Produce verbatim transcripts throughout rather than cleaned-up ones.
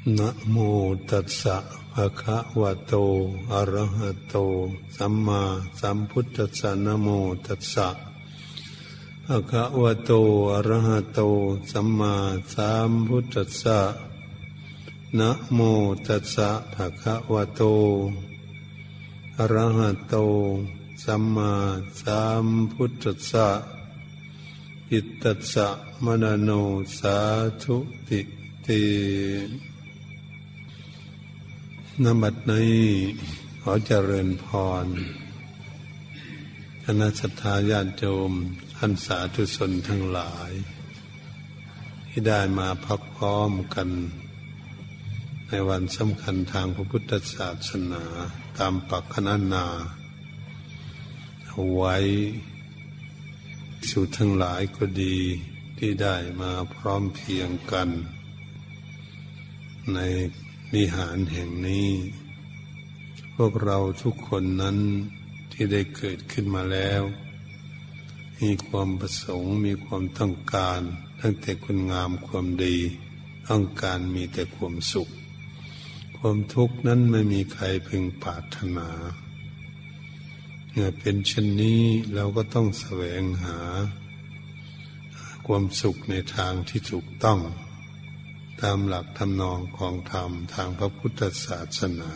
นะโมตัสสะภะคะวะโตอะระหะโตสัมมาสัมพุทธัสสะนะโมตัสสะภะคะวะโตอะระหะโตสัมมาสัมพุทธัสสะนะโมตัสสะภะคะวะโตอะระหะโตสัมมาสัมพุทธัสสะอิตตัสสะมะนะโนสาธุติติณ บัดนี้ขอเจริญพรคณะศรัทธาญาติโยมท่านสาธุชนทั้งหลายที่ได้มาพักพร้อมกันในวันสำคัญทางพระพุทธศาสนาตามปักขณนาเอาไว้สู่ทั้งหลายก็ดีที่ได้มาพร้อมเพรียงกันในวิหารแห่งนี้พวกเราทุกคนนั้นที่ได้เกิดขึ้นมาแล้วมีความประสงค์มีความต้องการตั้งแต่คุณงามความดีต้องการมีแต่ความสุขความทุกข์นั้นไม่มีใครพึงปรารถนาเมื่อเป็นเช่นนี้เราก็ต้องแสวงหาความสุขในทางที่ถูกต้องตามหลักธรรมนองของธรรมทางพระพุทธศาสนา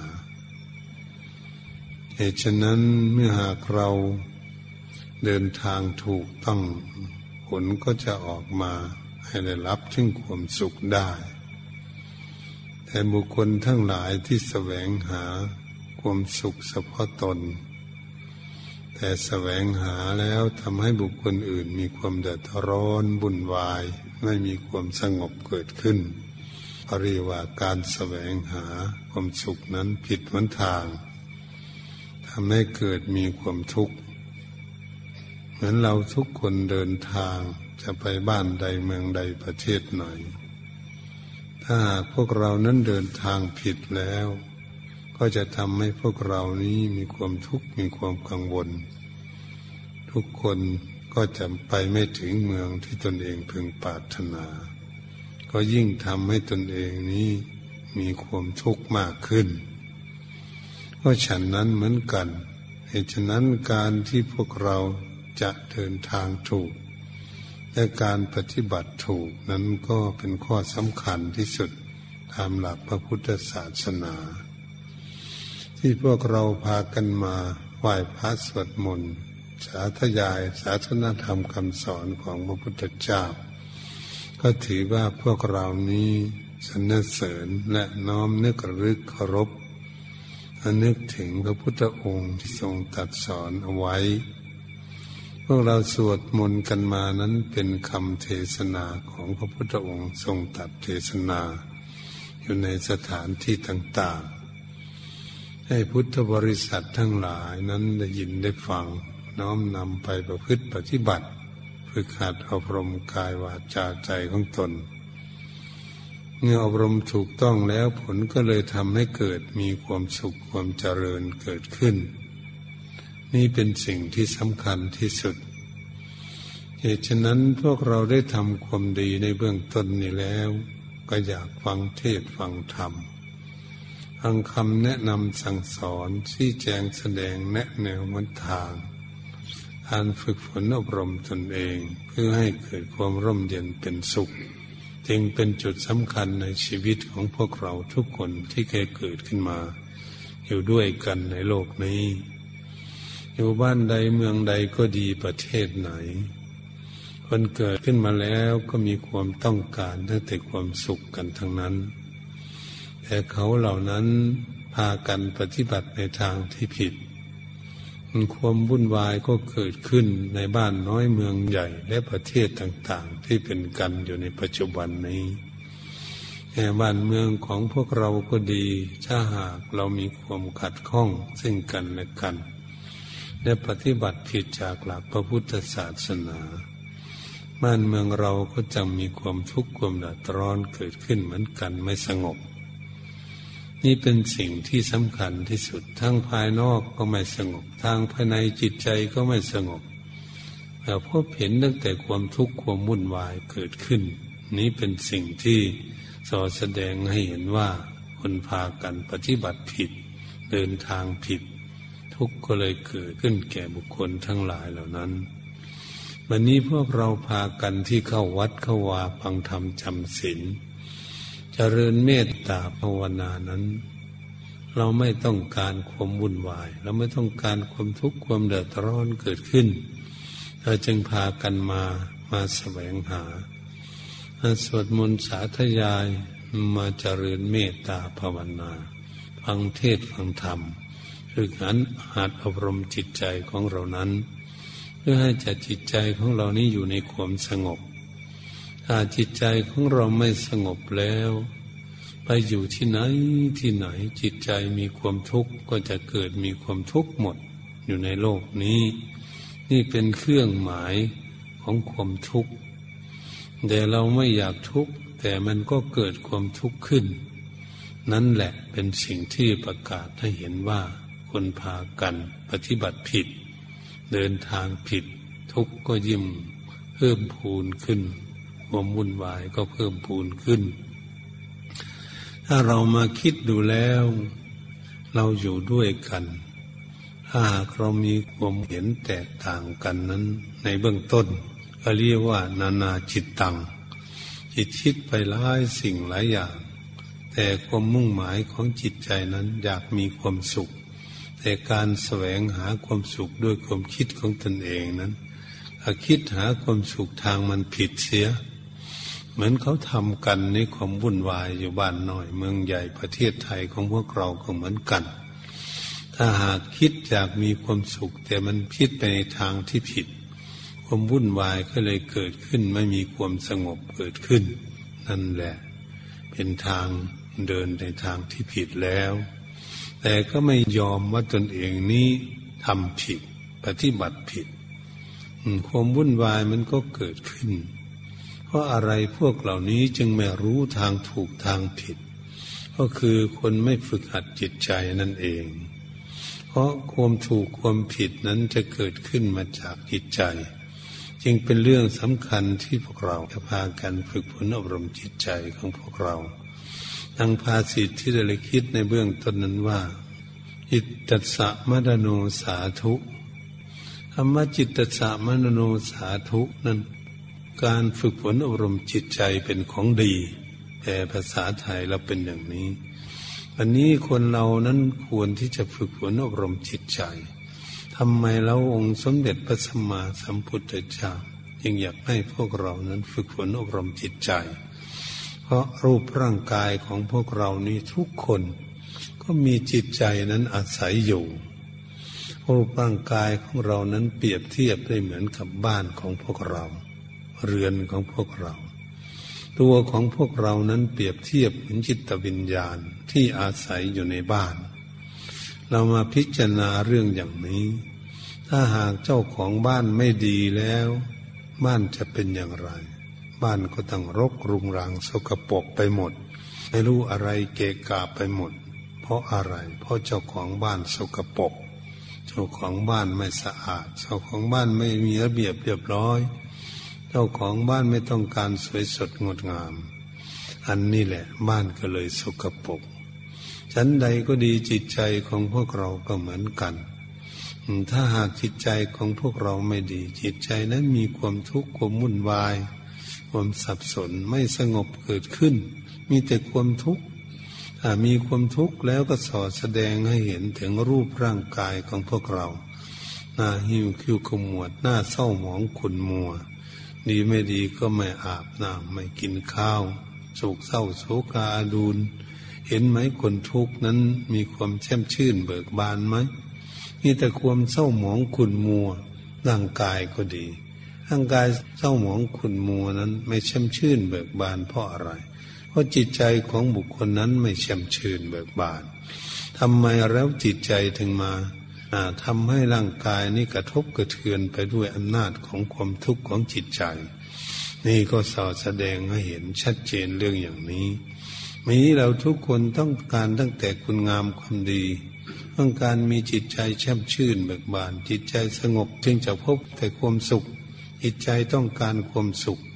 เหตุฉะนั้นเมื่อหากเราเดินทางถูกต้องผลก็จะออกมาให้ได้รับถึงความสุขได้แต่บุคคลทั้งหลายที่แสวงหาความสุขเฉพาะตนแต่แสวงหาแล้วทำให้บุคคลอื่นมีความเดือดร้อนวุ่นวายไม่มีความสงบเกิดขึ้นเรียกว่าการแสวงหาความสุขนั้นผิดหนทางทำให้เกิดมีความทุกข์เหมือนเราทุกคนเดินทางจะไปบ้านใดเมืองใดประเทศไหนถ้าหากพวกเรานั้นเดินทางผิดแล้วก็จะทำให้พวกเรานี้มีความทุกข์มีความกังวลทุกคนก็จะไปไม่ถึงเมืองที่ตนเองพึงปรารถนาก็ยิ่งทำให้ตนเองนี้มีความทุกข์มากขึ้นเพราะฉันนั้นเหมือนกันเหตุฉะนั้นการที่พวกเราจะเดินทางถูกและการปฏิบัติถูกนั้นก็เป็นข้อสำคัญที่สุดตามหลักพระพุทธศาสนาที่พวกเราพากันมาไหว้พระสวดมนต์สาธยายศาสนธรรมคำสอนของพระพุทธเจ้าก็ถือว่าพวกเรานี้สรรเสริญและน้อมนึกระลึกเคารพนึกถึงพระพุทธองค์ที่ทรงตรัสสอนเอาไว้พวกเราสวดมนต์กันมานั้นเป็นคำเทศนาของพระพุทธองค์ทรงตรัสเทศนาอยู่ในสถานที่ต่างๆให้พุทธบริษัททั้งหลายนั้นได้ยินได้ฟังน้อมนำไปประพฤติปฏิบัติฝึกหัดอบรมกายวาจาใจของตนเมื่ออบรมถูกต้องแล้วผลก็เลยทำให้เกิดมีความสุขความเจริญเกิดขึ้นนี่เป็นสิ่งที่สำคัญที่สุดเหตุฉะนั้นพวกเราได้ทำความดีในเบื้องต้นนี้แล้วก็อยากฟังเทศน์ฟังธรรมฟังคำแนะนำสั่งสอนชี้แจงแสดงแนะแนวหนทางการฝึกฝนอบรมตนเองเพื่อให้เกิดความร่มเย็นเป็นสุขจึงเป็นจุดสำคัญในชีวิตของพวกเราทุกคนที่เคยเกิดขึ้นมาอยู่ด้วยกันในโลกนี้อยู่บ้านใดเมืองใดก็ดีประเทศไหนคนเกิดขึ้นมาแล้วก็มีความต้องการตั้งแต่ความสุขกันทั้งนั้นแต่เขาเหล่านั้นพากันปฏิบัติในทางที่ผิดความวุ่นวายก็เกิดขึ้นในบ้านน้อยเมืองใหญ่และประเทศต่างๆที่เป็นกันอยู่ในปัจจุบันนี้แห่บ้านเมืองของพวกเราก็ดีถ้าหากเรามีความขัดข้องซึ่งกันและกันและปฏิบัติผิดจากหลักพระพุทธศาสนาบ้านเมืองเราก็จะมีความทุกข์ความเดือดร้อนเกิดขึ้นเหมือนกันไม่สงบนี่เป็นสิ่งที่สำคัญที่สุดทั้งภายนอกก็ไม่สงบทางภายในจิตใจก็ไม่สงบเราพบเห็นตั้งแต่ความทุกข์ความวุ่นวายเกิดขึ้นนี้เป็นสิ่งที่สอแสดงให้เห็นว่าคนพากันปฏิบัติผิดเดินทางผิดทุกข์ก็เลยเกิดขึ้นแก่บุคคลทั้งหลายเหล่านั้นวันนี้พวกเราพากันที่เข้าวัดเข้าวาฟังธรรมจำศีลเจริญเมตตาภาวนานั้นเราไม่ต้องการความวุ่นวายเราไม่ต้องการความทุกข์ความเดือดร้อนเกิดขึ้นเราจึงพากันมามาแสวงหาสวดมนต์สาธยายมาเจริญเมตตาภาวนาฟังเทศน์ฟังธรรมฝึกหัดหัดอบรมจิตใจของเรานั้นเพื่อให้จิตใจของเรานี้อยู่ในความสงบถ้าจิตใจของเราไม่สงบแล้วไปอยู่ที่ไหนที่ไหนจิตใจมีความทุกข์ก็จะเกิดมีความทุกข์หมดอยู่ในโลกนี้นี่เป็นเครื่องหมายของความทุกข์แต่เราไม่อยากทุกข์แต่มันก็เกิดความทุกข์ขึ้นนั่นแหละเป็นสิ่งที่ประกาศให้เห็นว่าคนพากันปฏิบัติผิดเดินทางผิดทุกข์ก็ยิ่งเพิ่มพูนขึ้นความวุ่นวายก็เพิ่มพูนขึ้นถ้าเรามาคิดดูแล้วเราอยู่ด้วยกันถ้าหากเรามีความเห็นแตกต่างกันนั้นในเบื้องต้นก็เรียกว่านานาจิตตังจิตคิดไปหลายสิ่งหลายอย่างแต่ความมุ่งหมายของจิตใจนั้นอยากมีความสุขแต่การแสวงหาความสุขด้วยความคิดของตนเองนั้นถ้าคิดหาความสุขทางมันผิดเสียเหมือนเขาทำกันในความวุ่นวายอยู่บ้านน้อยเมืองใหญ่ประเทศไทยของพวกเราก็เหมือนกันถ้าหากคิดอยากมีความสุขแต่มันคิดไปในทางที่ผิดความวุ่นวายก็เลยเกิดขึ้นไม่มีความสงบเกิดขึ้นนั่นแหละเป็นทางเดินในทางที่ผิดแล้วแต่ก็ไม่ยอมว่าตนเองนี้ทำผิดปฏิบัติผิดความวุ่นวายมันก็เกิดขึ้นเพราะอะไรพวกเหล่านี้จึงไม่รู้ทางถูกทางผิดก็คือคนไม่ฝึกหัดจิตใจนั่นเองเพราะความถูกความผิดนั้นจะเกิดขึ้นมาจากจิตใจจึงเป็นเรื่องสำคัญที่พวกเราจะพากันฝึกฝนอบรมจิตใจของพวกเราดังภาษิตที่ได้คิดในเบื้องต้นนั้นว่าจิตตัสสะมนโนสาธุธรรมจิตตัสสะมนโนสาธุนั้นการฝึกฝนอบรมจิตใจเป็นของดีแต่ภาษาไทยเราเป็นอย่างนี้วันนี้คนเรานั้นควรที่จะฝึกฝนอบรมจิตใจทำไมเราองค์สมเด็จพระสัมมาสัมพุทธเจ้าจึงอยากให้พวกเรานั้นฝึกฝนอบรมจิตใจเพราะรูปร่างกายของพวกเรานี้ทุกคนก็มีจิตใจนั้นอาศัยอยู่รูปร่างกายของเรานั้นเปรียบเทียบได้เหมือนกับบ้านของพวกเราเรือนของพวกเราตัวของพวกเรานั้นเปรียบเทียบเหมือนจิตวิญญาณที่อาศัยอยู่ในบ้านเรามาพิจารณาเรื่องอย่างนี้ถ้าหากเจ้าของบ้านไม่ดีแล้วบ้านจะเป็นอย่างไรบ้านก็ต้องรกรุงรังสกปรกไปหมดไม่รู้อะไรเกะกะไปหมดเพราะอะไรเพราะเจ้าของบ้านสกปรกเจ้าของบ้านไม่สะอาดเจ้าของบ้านไม่มีระเบียบเรียบร้อยเจ้าของบ้านไม่ต้องการสวยสดงดงามอันนี้แหละบ้านก็เลยสกปรกฉันใดก็ดีจิตใจของพวกเราก็เหมือนกันถ้าหากจิตใจของพวกเราไม่ดีจิตใจนั้นมีความทุกข์ความวุ่นวายความสับสนไม่สงบเกิดขึ้นมีแต่ความทุกข์ถ้ามีความทุกข์แล้วก็สอดแสดงให้เห็นถึงรูปร่างกายของพวกเราหน้าหิวคิ้วขมวดหน้าเศร้าหมองขุ่นมัวดีไม่ดีก็ไม่อาบน้ำไม่กินข้าวโศกเศร้าโศกาดูนเห็นไหมคนทุกข์นั้นมีความแช่มชื่นเบิกบานไหมมีแต่ความเศร้าหมองขุ่นมัวร่างกายก็ดีร่างกายเศร้าหมองขุ่นมัวนั้นไม่แช่มชื่นเบิกบานเพราะอะไรเพราะจิตใจของบุคคลนั้นไม่แช่มชื่นเบิกบานทำไมแล้วจิตใจถึงมาทำให้ร่างกายนี้กระทบกระเทือนไปด้วยอำนาจของความทุกข์ของจิตใจนี่ก็สอดแสดงให้เห็นชัดเจนเรื่องอย่างนี้มีเราทุกคนต้องการตั้งแต่คุณงามความดีต้องการมีจิตใจแช่มชื่นเบิกบานจิตใจสงบจึงจะพบแต่ความสุขจิตใจต้องการความสุข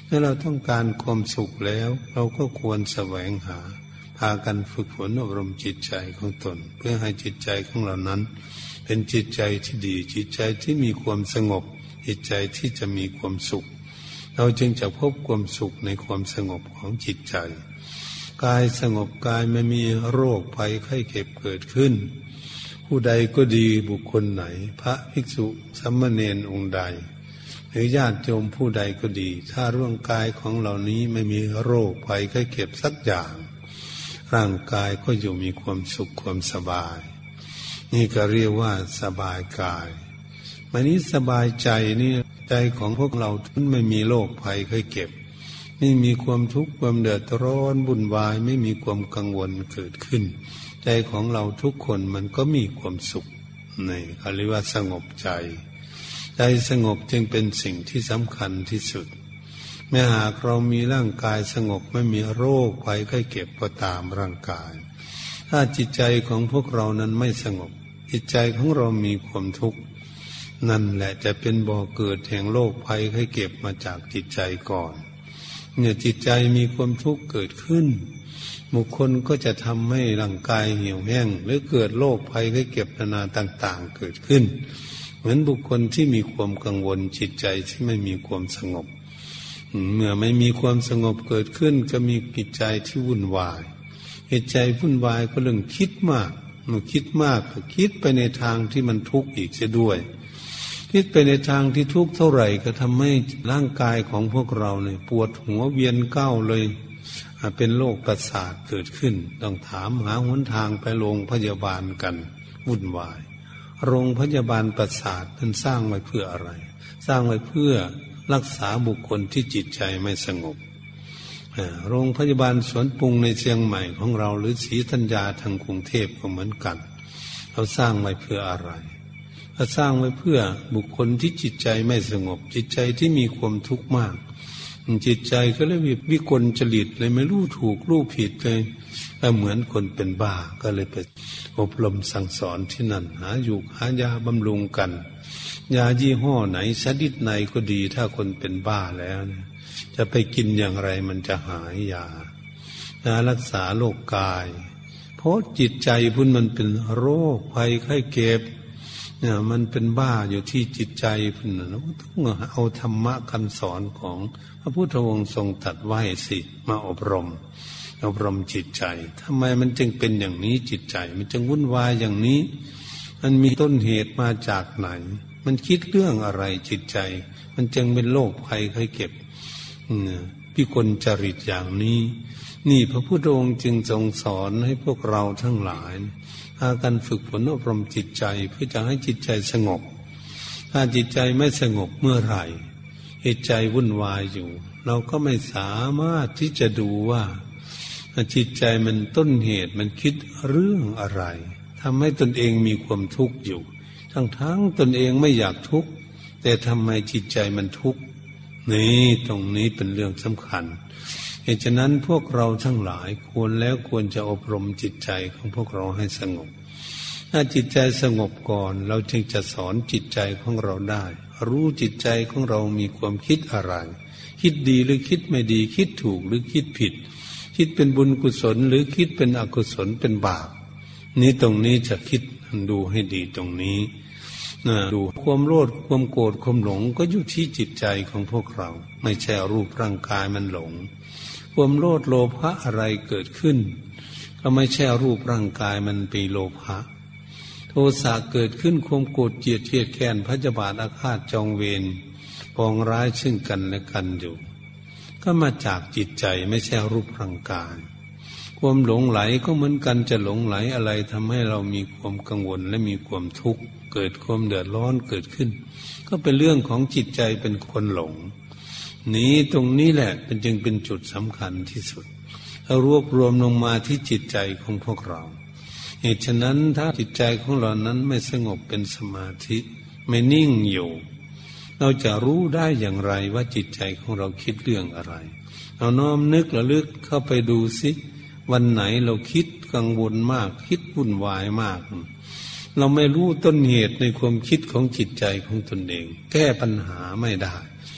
เมื่อเราต้องการความสุขแล้วเราก็ควรแสวงหาพากันฝึกฝนอบรมจิตใจของตนเพื่อให้จิตใจของเรานั้นเป็นจิตใจที่ดีจิตใจที่มีความสงบจิตใจที่จะมีความสุขเราจึงจะพบความสุขในความสงบของจิตใจกายสงบกายไม่มีโรคภัยไข้เจ็บเกิดขึ้นผู้ใดก็ดีบุคคลไหนพระภิกษุสามเณรองค์ใดหรือญาติโยมผู้ใดก็ดีถ้าร่างกายของเหล่านี้ไม่มีโรคภัยไข้เจ็บสักอย่างร่างกายก็อยู่มีความสุขความสบายนี่ก็เรียกว่าสบายกายวันนี้สบายใจนี่ใจของพวกเราทุนไม่มีโรคภัยไข้เจ็บไม่มีความทุกข์ความเดือดร้อนวุ่นวายไม่มีความกังวลเกิดขึ้นใจของเราทุกคนมันก็มีความสุขนี่เขาเรียกว่าสงบใจใจสงบจึงเป็นสิ่งที่สำคัญที่สุดแม้หากเรามีร่างกายสงบไม่มีโรคภัยไข้เจ็บก็ตามร่างกายถ้าจิตใจของพวกเรานั้นไม่สงบจิตใจของเรามีความทุกข์นั่นแหละจะเป็นบ่อเกิดแห่งโรคภัยไข้เจ็บมาจากจิตใจก่อนเมื่อจิตใจมีความทุกข์เกิดขึ้นบุคคลก็จะทำให้ร่างกายเหี่ยวแห้งหรือเกิดโรคภัยไข้เจ็บนานาต่างๆเกิดขึ้นเหมือนบุคคลที่มีความกังวลจิตใจที่ไม่มีความสงบเมื่อไม่มีความสงบเกิดขึ้นก็มีจิตใจที่วุ่นวายจิตใจวุ่นวายก็เรื่องคิดมากเมื่อคิดมากก็คิดไปในทางที่มันทุกข์อีกเสียด้วยคิดไปในทางที่ทุกข์เท่าไหร่ก็ทำให้ร่างกายของพวกเราเนี่ยปวดหัวเวียนเก้าเลยเป็นโรคประสาทเกิดขึ้นต้องถามหาหนทางไปโรงพยาบาลกันวุ่นวายโรงพยาบาลประสาทนั้นสร้างไว้เพื่ออะไรสร้างไว้เพื่อรักษาบุคคลที่จิตใจไม่สงบโรงพยาบาลสวนปรุงในเชียงใหม่ของเราหรือศรีธัญญาทางกรุงเทพก็เหมือนกันเราสร้างไว้เพื่ออะไรเราสร้างไว้เพื่อบุคคลที่จิตใจไม่สงบจิตใจที่มีความทุกข์มากจิตใจก็เลยวิกลจริตเลยไม่รู้ถูกรู้ผิดเลยเหมือนคนเป็นบ้าก็เลยไปอบรมสั่งสอนที่นั่นหาอยู่หายาบำรุงกันยายี่ห้อไหนชนิดไหนก็ดีถ้าคนเป็นบ้าแล้วเนี่ยจะไปกินอย่างไรมันจะหายยายารักษาโรคกายเพราะจิตใจพุ่นมันเป็นโรคภัยไข้เจ็บเนี่ยมันเป็นบ้าอยู่ที่จิตใจพุ่นนะต้องเอาธรรมะคำสอนของพระพุทธองค์ทรงตรัสไว้สิมาอบรมอบรมจิตใจทำไมมันจึงเป็นอย่างนี้จิตใจมันจึงวุ่นวายอย่างนี้มันมีต้นเหตุมาจากไหนมันคิดเรื่องอะไรจิตใจมันจึงเป็นโรคภัยไข้เจ็บพิกลจริตอย่างนี้นี่พระพุทธองค์จึงทรงสอนให้พวกเราทั้งหลายพากันฝึกฝนอบรมจิตใจเพื่อจะให้จิตใจสงบถ้าจิตใจไม่สงบเมื่อไหร่จิตใจวุ่นวายอยู่เราก็ไม่สามารถที่จะดูว่าจิตใจมันต้นเหตุมันคิดเรื่องอะไรทำให้ตนเองมีความทุกข์อยู่ทั้งทั้งตนเองไม่อยากทุกข์แต่ทำไมจิตใจมันทุกข์นี่ตรงนี้เป็นเรื่องสำคัญเหตุฉะนั้นพวกเราทั้งหลายควรแล้วควรจะอบรมจิตใจของพวกเราให้สงบถ้าจิตใจสงบก่อนเราจึงจะสอนจิตใจของเราได้รู้จิตใจของเรามีความคิดอะไรคิดดีหรือคิดไม่ดีคิดถูกหรือคิดผิดคิดเป็นบุญกุศลหรือคิดเป็นอกุศลเป็นบาปนี้ตรงนี้จะคิดดูให้ดีตรงนี้ดูความโลภความโกรธความหลงก็อยู่ที่จิตใจของพวกเราไม่ใช่รูปร่างกายมันหลงความโลภโลภะอะไรเกิดขึ้นก็ไม่ใช่รูปร่างกายมันเป็นโลภะโทสะเกิดขึ้นความโกรธเกลียดเทียดแค้นพยาบาทอาฆาตจองเวรปองร้ายซึ่งกันและกันอยู่ก็มาจากจิตใจไม่ใช่รูปร่างกายความหลงไหลก็เหมือนกันจะหลงไหลอะไรทำให้เรามีความกังวลและมีความทุกข์เกิดความเดือดร้อนเกิดขึ้นก็เป็นเรื่องของจิตใจเป็นคนหลงนี้ตรงนี้แหละเป็นจึงเป็นจุดสำคัญที่สุดเรารวบรวมลงมาที่จิตใจของพวกเราเหตุฉะนั้นถ้าจิตใจของเรานั้นไม่สงบเป็นสมาธิไม่นิ่งอยู่เราจะรู้ได้อย่างไรว่าจิตใจของเราคิดเรื่องอะไรเราน้อมนึกระลึกเข้าไปดูสิวันไหนเราคิดกังวลมากคิดวุ่นวายมากเราไม่รู้ต้นเหตุในความคิดของจิตใจของตนเองแก้ปัญหาไม่ได้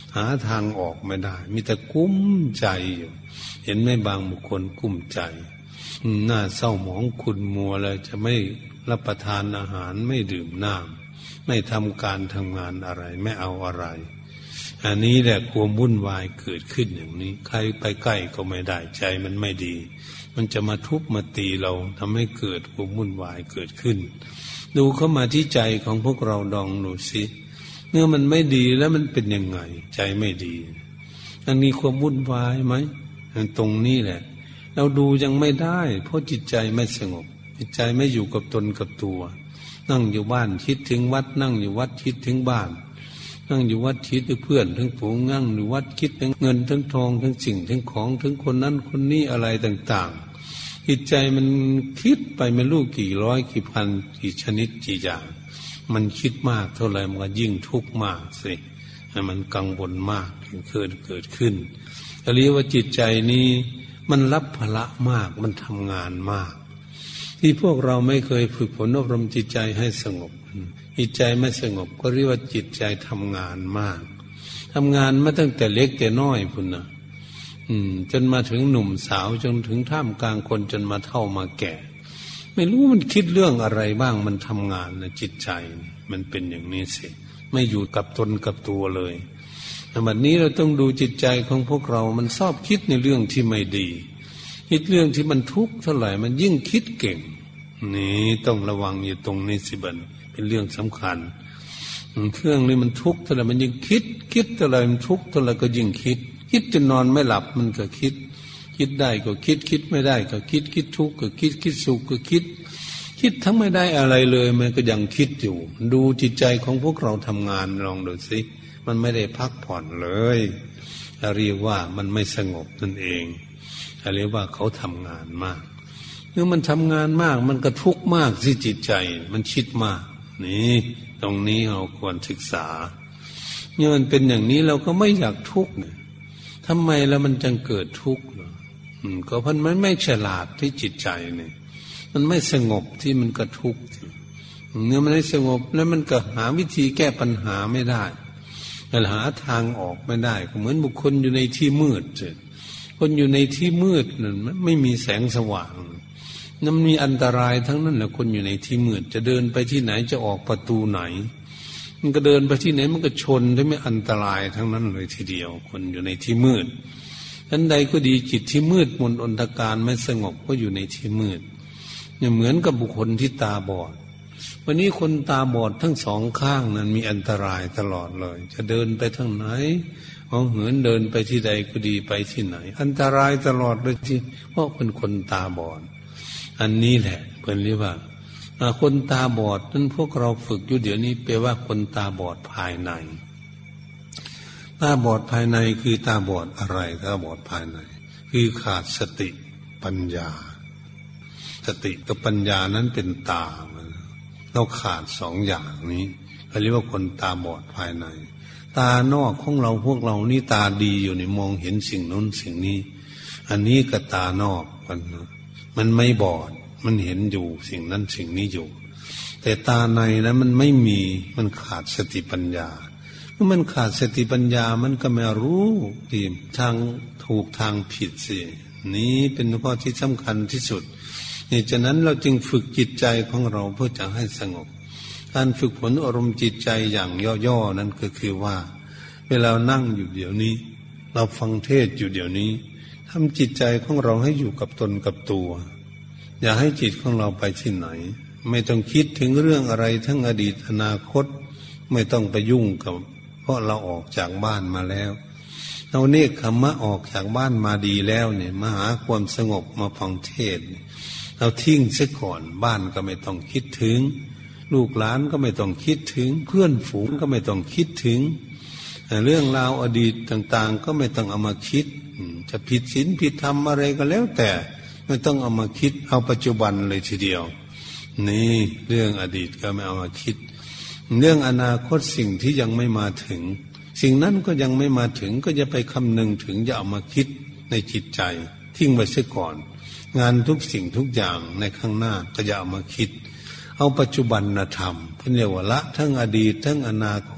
หาทางออกไม่ได้มีแต่กุ้มใจอยู่เห็นไหมบางบุคคลกุ้มใจหน้าเศร้าหมองขุ่นมัวเลยจะไม่รับประทานอาหารไม่ดื่มน้ำไม่ทำการทำงานอะไรไม่เอาอะไรอันนี้แหละความวุ่นวายเกิดขึ้นอย่างนี้ใครไปใกล้ก็ไม่ได้ใจมันไม่ดีมันจะมาทุบมาตีเราทำให้เกิดความวุ่นวายเกิดขึ้นดูเข้ามาที่ใจของพวกเราดองดูสิเมื่อมันไม่ดีแล้วมันเป็นยังไงใจไม่ดีมันมีความวุ่นวายไหมตรงนี้แหละเราดูยังไม่ได้เพราะจิตใจไม่สงบจิตใจไม่อยู่กับตนกับตัวนั่งอยู่บ้านคิดถึงวัดนั่งอยู่วัดคิดถึงบ้านนั่งอยู่วัดคิดถึงเพื่อนถึงฝูงนั่งอยู่วัดคิดถึงเงินถึงทองถึงสิ่งถึงของถึงคนนั้นคนนี้อะไรต่างๆจิตใจมันคิดไปไม่รู้กี่ร้อยกี่พันกี่ชนิดกี่อย่างมันคิดมากเท่าไหร่มันก็ยิ่งทุกข์มากสิมันกังวลมากเกิดเกิดขึ้นเรียกว่าจิตใจนี้มันรับภาระมากมันทำงานมากที่พวกเราไม่เคยฝึกฝนอบรมจิตใจให้สงบจิตใจไม่สงบก็เรียกว่าจิตใจทำงานมากทำงานมาตั้งแต่เล็กแต่น้อยพุ่นนะอืมจนมาถึงหนุ่มสาวจนถึงท่ามกลางคนจนมาเฒ่ามาแก่ไม่รู้มันคิดเรื่องอะไรบ้างมันทำงานนะจิตใจมันเป็นอย่างนี้สิไม่อยู่กับตนกับตัวเลยบัดนี้เราต้องดูจิตใจของพวกเรามันชอบคิดในเรื่องที่ไม่ดีคิดเรื่องที่มันทุกข์เท่าไหร่มันยิ่งคิดเก่งนี่ต้องระวังอยู่ตรงนี้สิบันเป็นเรื่องสำคัญเครื่องนี้มันทุกข์เท่าไหร่มันยิ่งคิดคิดเท่าไหร่มันทุกข์เท่าไหร่ก็ยิ่งคิดคิดจนนอนไม่หลับมันก็คิดคิดได้ก็คิดคิดไม่ได้ก็คิดคิดทุกข์ก็คิดคิดสุขก็คิดคิดทั้งไม่ได้อะไรเลยมันก็ยังคิดอยู่ดูจิตใจของพวกเราทำงานลองดูสิมันไม่ได้พักผ่อนเลยเรียกว่ามันไม่สงบนั่นเองเรียกว่าเขาทำงานมากเมื่อมันทำงานมากมันก็ทุกข์มากที่จิตใจมันคิดมากนี่ตรงนี้เราควรศึกษาเมื่อมันเป็นอย่างนี้เราก็ไม่อยากทุกข์เนี่ยทำไมแล้วมันจึงเกิดทุกข์ก็เพราะมันไม่ฉลาดที่จิตใจเนี่ยมันไม่สงบที่มันก็ทุกข์เมื่อมันไม่สงบแล้วมันก็หาวิธีแก้ปัญหาไม่ได้หาทางออกไม่ได้ก็เหมือนบุคคลอยู่ในที่มืดคนอยู่ในที่มืดนั่นมันไม่มีแสงสว่างนั่นมีอันตรายทั้งนั้นแหละคนอยู่ในที่มืดจะเดินไปที่ไหนจะออกประตูไหนมันก็เดินไปที่ไหนมันก็ชนได้ไม่อันตรายทั้งนั้นเลยทีเดียวคนอยู่ในที่มืดทันใดก็ดีจิตที่มืดมนอนตการไม่สงบก็อยู่ในที่มืดเนี่ยเหมือนกับบุคคลที่ตาบอดวันนี้คนตาบอดทั้งสองข้างนั้นมีอันตรายตลอดเลยจะเดินไปทางไหนเอาเหินเดินไปที่ใดก็ดีไปที่ไหนอันตรายตลอดเลยที่เพราะเป็นคนตาบอดอันนี้แหละเพิ่นเรียกว่าคนตาบอดนั้นพวกเราฝึกอยู่เดี๋ยวนี้แปลว่าคนตาบอดภายในตาบอดภายในคือตาบอดอะไรตาบอดภายในคือขาดสติปัญญาสติกับปัญญานั้นเป็นตาเราขาดสองอย่างนี้เขาเรียกว่าคนตาบอดภายในตานอกของเราพวกเรานี่ตาดีอยู่ในมองเห็นสิ่งนู้นสิ่งนี้อันนี้ก็ตานอกมันมันไม่บอดมันเห็นอยู่สิ่งนั้นสิ่งนี้อยู่แต่ตาในนั้นมันไม่มีมันขาดสติปัญญาเมื่อมันขาดสติปัญญามันก็ไม่รู้ที่ทางถูกทางผิดสินี้เป็นข้อที่สำคัญที่สุดนี่ฉะนั้นเราจึงฝึกจิตใจของเราเพื่อจะให้สงบการฝึกฝนอารมณ์จิตใจอย่างย่อๆนั้นก็คือว่าเวลานั่งอยู่เดี๋ยวนี้เราฟังเทศอยู่เดี๋ยวนี้ทำจิตใจของเราให้อยู่กับตนกับตัวอย่าให้จิตของเราไปที่ไหนไม่ต้องคิดถึงเรื่องอะไรทั้งอดีตอนาคตไม่ต้องไปยุ่งกับเพราะเราออกจากบ้านมาแล้วเราเนกขมะออกจากบ้านมาดีแล้วเนี่ยมาหาความสงบมาฟังเทศเราทิ้งซะก่อนบ้านก็ไม่ต้องคิดถึงลูกหลานก็ไม่ต้องคิดถึงเพื่อนฝูงก็ไม่ต้องคิดถึงเรื่องราวอดีตต่างๆก็ไม่ต้องเอามาคิดจะผิดศีลผิดธรรมอะไรก็แล้วแต่ไม่ต้องเอามาคิดเอาปัจจุบันเลยทีเดียวนี่เรื่องอดีตก็ไม่เอามาคิดเรื่องอนาคตสิ่งที่ยังไม่มาถึงสิ่งนั้นก็ยังไม่มาถึงก็จะไปคำนึงถึงอย่าเอามาคิดในจิตใจทิ้งไว้เสียก่อนงานทุกสิ่งทุกอย่างในข้างหน้าก็อย่าเอามาคิดเอาปัจจุบันธรรมเพื่อเรียกว่าละทั้งอดีตทั้งอนาคต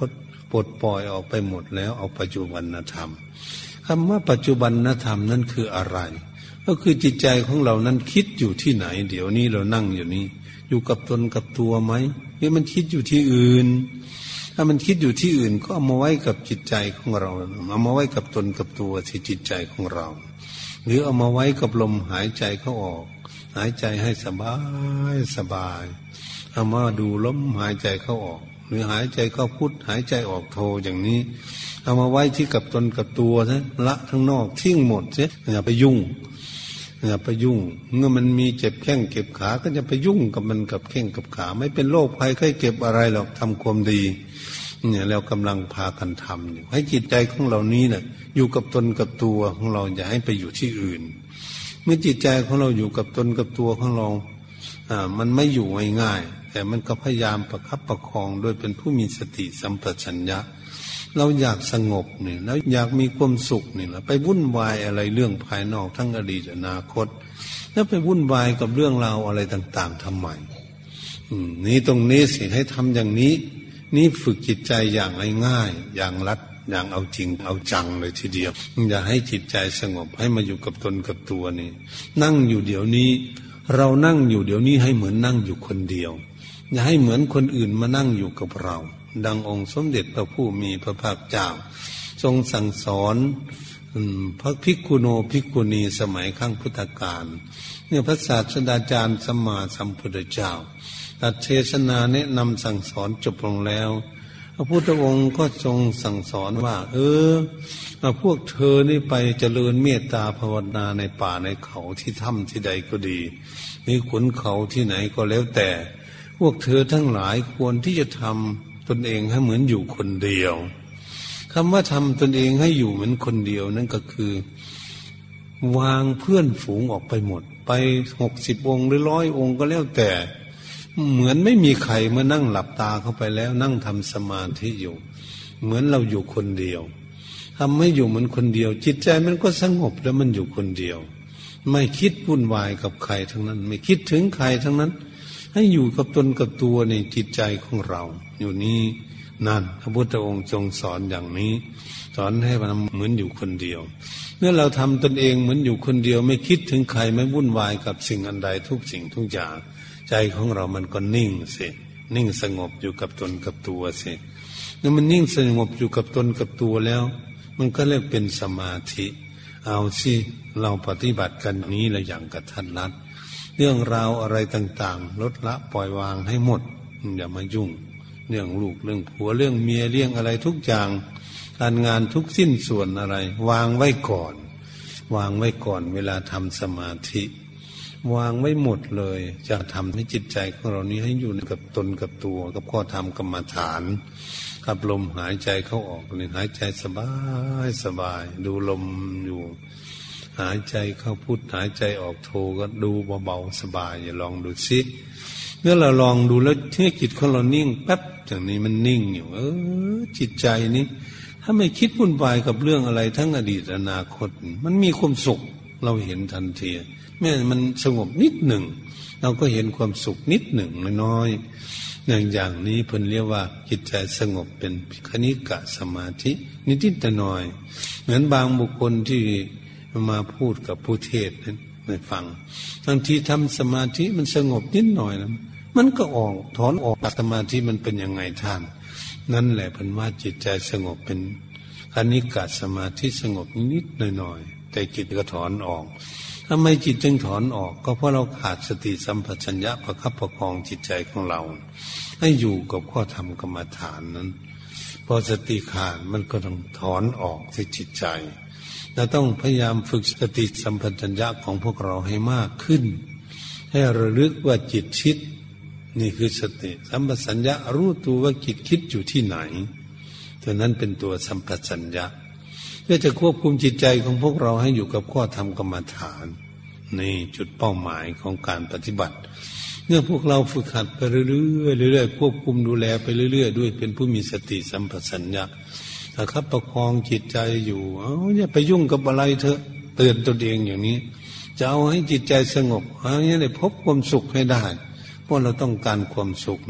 ปลดปล่อยออกไปหมดแล้วเอาปัจจุบันธรรมคำว่าปัจจุบันธรรมนั้นคืออะไรก็คือจิตใจของเรานั้นคิดอยู่ที่ไหนเดี๋ยวนี้เรานั่งอยู่นี้อยู่กับตนกับตัวไหมหรือมันคิดอยู่ที่อื่นถ้ามันคิดอยู่ที่อื่นก็เอามาไว้กับจิตใจของเราเอามาไว้กับตนกับตัวที่จิตใจของเราหรือเอามาไว้กับลมหายใจเข้าออกหายใจให้สบายสบายเอามาดูลมหายใจเข้าออกหรือหายใจเข้าพุทหายใจออกโทอย่างนี้เอามาไว้ที่กับตนกับตัวซะละทั้งนอกทิ้งหมดซะอย่าไปยุ่งอย่าไปยุ่งเมื่อมันมีเจ็บแข้งเจ็บขาก็จะไปยุ่งกับมันกับแข้งกับขาไม่เป็นโรคภัยไข้เจ็บอะไรหรอกทำความดีเนี่ยเรากำลังพากันทำอยู่ให้จิตใจของเรานี้น่ะอยู่กับตนกับตัวของเราอย่าให้ไปอยู่ที่อื่นเมื่อจิตใจของเราอยู่กับตนกับตัวของเราอ่ามันไม่อยู่ง่ายๆแต่มันก็พยายามประคับประคองโดยเป็นผู้มีสติสัมปชัญญะเราอยากสงบนี่แล้วอยากมีความสุขนี่แล้วไปวุ่นวายอะไรเรื่องภายนอกทั้งอดีตอนาคตแล้วไปวุ่นวายกับเรื่องราวอะไรต่างๆทำไมอืมนี่ตรงนี้สิให้ทำอย่างนี้นี่ฝึกจิตใจอย่างง่ายๆอย่างรัดอย่างเอาจริงเอาจังเลยทีเดียวอย่าให้จิตใจสงบให้มาอยู่กับตนกับตัวนี่นั่งอยู่เดี๋ยวนี้เรานั่งอยู่เดี๋ยวนี้ให้เหมือนนั่งอยู่คนเดียวอย่าให้เหมือนคนอื่นมานั่งอยู่กับเราดังองค์สมเด็จพระผู้มีพระภาคเจ้าทรงสั่งสอนพระภิกขุโนภิกขุณีสมัยครั้งพุทธกาลเนี่ยพระศาสดาจารย์สัมมาสัมพุทธเจ้าตัดเทศนาแนะนำสั่งสอนจบลงแล้วพระพุทธองค์ก็ทรงสั่งสอนว่าเออพวกเธอนี่ไปเจริญเมตตาภาวนาในป่าในเขาที่ถ้ำที่ใดก็ดีมีขุนเขาที่ไหนก็แล้วแต่พวกเธอทั้งหลายควรที่จะทำตนเองให้เหมือนอยู่คนเดียวคำว่าทำตนเองให้อยู่เหมือนคนเดียวนั่นก็คือวางเพื่อนฝูงออกไปหมดไปหกสิบองค์หรือร้อยองค์ก็แล้วแต่เหมือนไม่มีใครมานั่งหลับตาเข้าไปแล้วนั่งทำสมาธิอยู่เหมือนเราอยู่คนเดียวทำให้อยู่เหมือนคนเดียวจิตใจมันก็สงบแล้วมันอยู่คนเดียวไม่คิดวุ่นวายกับใครทั้งนั้นไม่คิดถึงใครทั้งนั้นให้อยู่กับตนกับตัวในจิตใจของเราอยู่นี้นั่นพระพุทธองค์ทรงสอนอย่างนี้สอนให้มันเหมือนอยู่คนเดียวเมื่อเราทำตนเองเหมือนอยู่คนเดียวไม่คิดถึงใครไม่วุ่นวายกับสิ่งอันใดทุกสิ่งทุกอย่างใจของเรามันก็นิ่งสินิ่งสงบอยู่กับตนกับตัวสิเมื่อมันนิ่งสงบอยู่กับตนกับตัวแล้วมันก็เรียกเป็นสมาธิเอาสิเราปฏิบัติกันนี้ละอย่างกทัดรัดเรื่องราวอะไรต่างๆลดละปล่อยวางให้หมดอย่ามายุ่งเรื่องลูกเรื่องผัวเรื่องเมียเรื่องอะไรทุกอย่างการงานทุกสิ้นส่วนอะไรวางไว้ก่อนวางไว้ก่อนเวลาทำสมาธิวางไว้หมดเลยจะทำให้จิตใจของเรานี้ให้อยู่กับตนกับตัวกับข้อธรรมกรรมฐานกับลมหายใจเข้าออกนี่หายใจสบายสบายดูลมอยู่หายใจเข้าพุทหายใจออกโทก็ดูเบาๆสบายอย่าลองดูสิเมื่อเราลองดูแล้วเมื่อจิตของเรานิ่งแป๊บอย่างนี้มันนิ่งอยู่เออจิตใจนี้ถ้าไม่คิดวุ่นวายกับเรื่องอะไรทั้งอดีตอนาคตมันมีความสุขเราเห็นทันทีแม้มันสงบนิดหนึ่งเราก็เห็นความสุขนิดหนึ่งน้อยๆอย่างอย่างนี้เพิ่นเรียกว่าจิตใจสงบเป็นคณิกะสมาธินิดๆหน่อยเหมือนบางบุคคลที่มาพูดกับผู้เทศนั้นไม่ฟังบางทีทำสมาธิมันสงบนิดหน่อยนะมันก็ออกถอนออกสมาธิมันเป็นยังไงท่านนั่นแหละเพิ่นว่าจิตใจสงบเป็นคณิกะสมาธิสงบนิดหน่อยๆแต่จิตก็ถอนออกทำไมจิตจึงถอนออกก็เพราะเราขาดสติสัมปชัญญะประคับประคองจิตใจของเราให้อยู่กับข้อธรรมกรรมฐานนั้นพอสติขาดมันก็ต้องถอนออกที่จิตใจเราต้องพยายามฝึกสติสัมปชัญญะของพวกเราให้มากขึ้นให้ระลึกว่าจิตคิดนี่คือสติสัมปชัญญะรู้ตัวว่าจิตคิดอยู่ที่ไหนตัวนั้นเป็นตัวสัมปชัญญะเพื่อจะควบคุมจิตใจของพวกเราให้อยู่กับข้อธรรมกรรมฐานนี่จุดเป้าหมายของการปฏิบัติเมื่อพวกเราฝึกหัดไปเรื่อยๆเรื่อยๆควบคุมดูแลไปเรื่อยๆด้วยเป็นผู้มีสติสัมปชัญญะนะครับประคองจิตใจอยู่เอาอย่าไปยุ่งกับอะไรเถอะเตือนตัวเองอย่างนี้จะเอาให้จิตใจสงบเอาเนี่ยได้พบความสุขให้ได้เพราะเราต้องการความสุขเนี่ย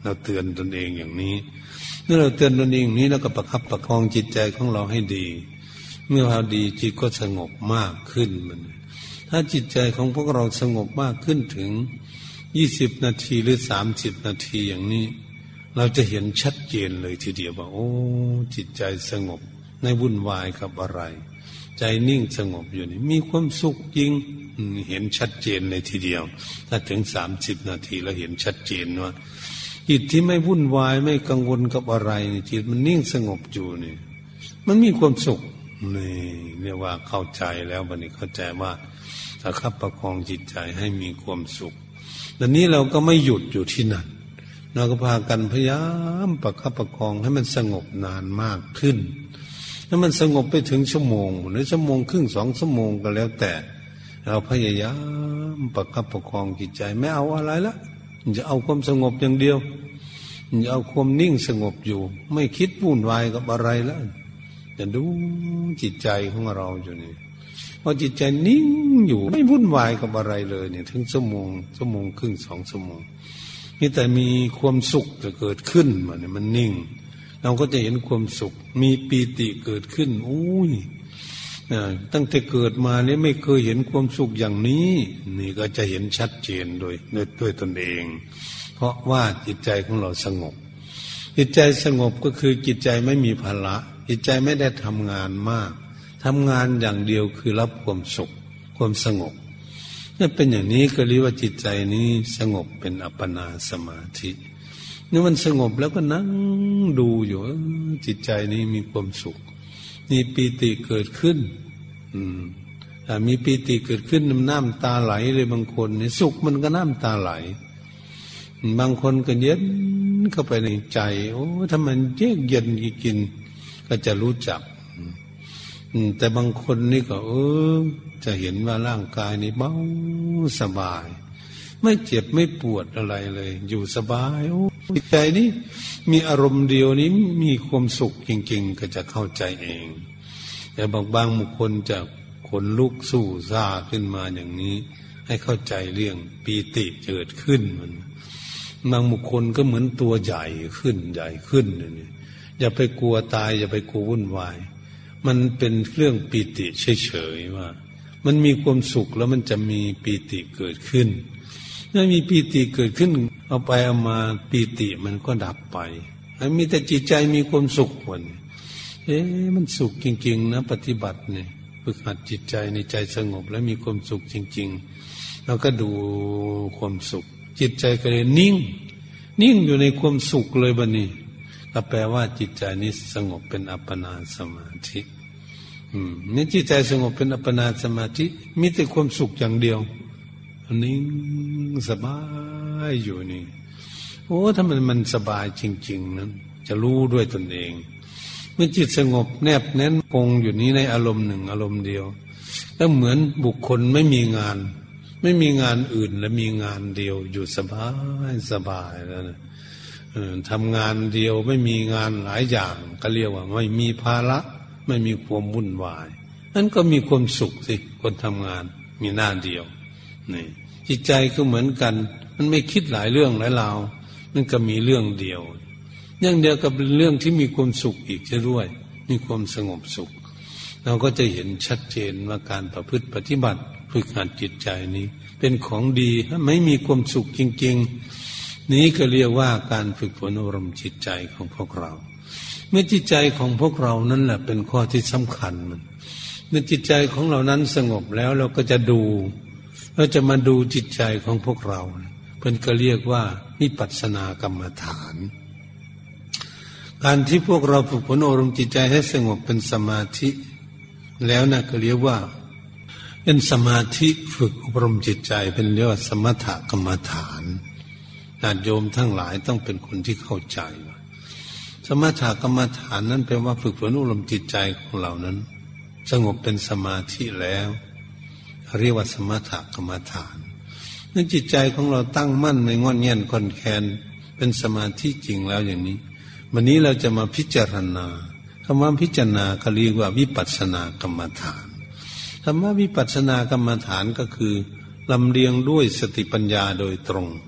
เราเตือนตนเองอย่างนี้เมื่อเราเตือนตนเองอย่างนี้แล้วก็ประคับประคองจิตใจของเราให้ดีเมื่อเราดีจิตก็สงบมากขึ้นมันถ้าจิตใจของพวกเราสงบมากขึ้นถึงยี่สิบนาทีหรือสามสิบนาทีอย่างนี้เราจะเห็นชัดเจนเลยทีเดียวว่าโอ้จิตใจสงบไม่วุ่นวายกับอะไรใจนิ่งสงบอยู่นี่มีความสุขจริงเห็นชัดเจนเลยทีเดียวถ้าถึงสามสิบนาทีแล้วเห็นชัดเจนว่าจิตที่ไม่วุ่นวายไม่กังวลกับอะไรจิตมันนิ่งสงบอยู่นี่มันมีความสุขนี่เรียกว่าเข้าใจแล้ววันนี้เข้าใจว่าถ้าขับประคองจิตใจให้มีความสุขแต่นี้เราก็ไม่หยุดอยู่ที่นั่นเราก็พากันพยายามประคับประคองให้มันสงบนานมากขึ้นถ้ามันสงบไปถึงชั่วโมงหรือชั่วโมงครึ่งสองชั่วโมงก็แล้วแต่เราพยายามประคับประคองจิตใจไม่เอาอะไรละจะเอาความสงบอย่างเดียวจะเอาความนิ่งสงบอยู่ไม่คิดวุ่นวายกับอะไรแล้วจะดูจิตใจของเราอยู่นี่พอจิตใจนิ่งอยู่ไม่วุ่นวายกับอะไรเลยเนี่ยถึงชั่วโมงชั่วโมงครึ่งสองชั่วโมงนี่แต่มีความสุขจะเกิดขึ้นมันเนี่ยมันนิ่งเราก็จะเห็นความสุขมีปีติเกิดขึ้นอุ้ยตั้งแต่เกิดมาเนี่ยไม่เคยเห็นความสุขอย่างนี้นี่ก็จะเห็นชัดเจนโดยด้วยตนเองเพราะว่าจิตใจของเราสงบจิตใจสงบก็คือจิตใจไม่มีภาระจิตใจไม่ได้ทำงานมากทำงานอย่างเดียวคือรับความสุขความสงบนี่เป็นอย่างนี้ก็เรียกว่าจิตใจนี้สงบเป็นอัปปนาสมาธินี่มันสงบแล้วก็นั่งดูอยู่จิตใจนี้มีความสุขมีปีติเกิดขึ้นอืมถ้ามีปีติเกิดขึ้นน้ำตาไหลเลยบางคนเนี่ยสุขมันก็น้ำตาไหลบางคนก็เย็นเข้าไปในใจโอ้ถ้ามันเย็นเย็นกินก็จะรู้จักแต่บางคนนี่ก็เออจะเห็นว่าร่างกายนี่เบาสบายไม่เจ็บไม่ปวดอะไรเลยอยู่สบายโอ้จิตใจนี้มีอารมณ์เดียวนี้มีความสุขจริงๆก็จะเข้าใจเองแต่บางบางบุคคลจะขนลุกสู้ซ่าขึ้นมาอย่างนี้ให้เข้าใจเรื่องปีติเกิดขึ้นมันบางบุคคลก็เหมือนตัวใหญ่ขึ้นใหญ่ขึ้นนี่อย่าไปกลัวตายอย่าไปกลัววุ่นวายมันเป็นเรื่องปีติเฉยๆว่ามันมีความสุขแล้วมันจะมีปีติเกิดขึ้นถ้ามีปีติเกิดขึ้นเอาไปเอามาปีติมันก็ดับไปมีแต่จิตใจมีความสุขวันเอ๊ะมันสุขจริงๆนะปฏิบัติเนี่ยฝึกหัดจิตใจในใจสงบแล้วมีความสุขจริงๆเราก็ดูความสุขจิตใจก็เลยนิ่งนิ่งอยู่ในความสุขเลยบัดนี้ก็แปลว่าจิตใจนี้สงบเป็นอัปปนาสมาธิอืมนี่จิตใจสงบเป็นอัปปนาสมาธิมีแต่ความสุขอย่างเดียวนิ่งสบายอยู่นี่โอ้ถ้ามันมันสบายจริงๆนั้นจะรู้ด้วยตนเองเมื่อจิตสงบแนบแน่นคงอยู่นี้ในอารมณ์หนึ่งอารมณ์เดียวแล้วเหมือนบุคคลไม่มีงานไม่มีงานอื่นและมีงานเดียวอยู่สบายสบายแล้วนะทำงานเดียวไม่มีงานหลายอย่างก็เรียกว่าไม่มีภาระไม่มีความวุ่นวายนั่นก็มีความสุขสิคนทำงานมีหน้าเดียวนี่จิตใจก็เหมือนกันมันไม่คิดหลายเรื่องหลายราวมันก็มีเรื่องเดียวเรื่องเดียวกับเป็นเรื่องที่มีความสุขอีกจะด้วยมีความสงบสุขเราก็จะเห็นชัดเจนว่าการประพฤติปฏิบัติฝึกหัดจิตใจนี้เป็นของดีไม่มีความสุขจริงๆนี้ก็เรียกว่าการฝึกฝนอบรมจิตใจของพวกเราเมื่อจิตใจของพวกเรานั้นแหละเป็นข้อที่สำคัญมันเมื่อจิตใจของเรานั้นสงบแล้วเราก็จะดูเราจะมาดูจิตใจของพวกเราเพิ่นก็เรียกว่าวิปัสสนากรรมฐานการที่พวกเราฝึกฝนอบรมจิตใจให้สงบเป็นสมาธิแล้วนะก็เรียกว่าเป็นสมาธิฝึกอบรมจิตใจเป็นเรียกว่าสมถกรรมฐานญาติโยมทั้งหลายต้องเป็นคนที่เข้าใจสมถกรรมฐานนั้นแปลว่าฝึกฝนอบรมจิตใจของเรานั้นสงบเป็นสมาธิแล้วเรียกว่าสมถกรรมฐานเมื่อจิตใจของเราตั้งมั่นในงอนเงียนคอนแคนเป็นสมาธิจริงแล้วอย่างนี้วันนี้เราจะมาพิจารณาคำว่าพิจารณาก็เรียกว่าวิปัสสนากรรมฐานคำว่าวิปัสสนากรรมฐานก็คือลำเลียงด้วยสติปัญญาโดยตรง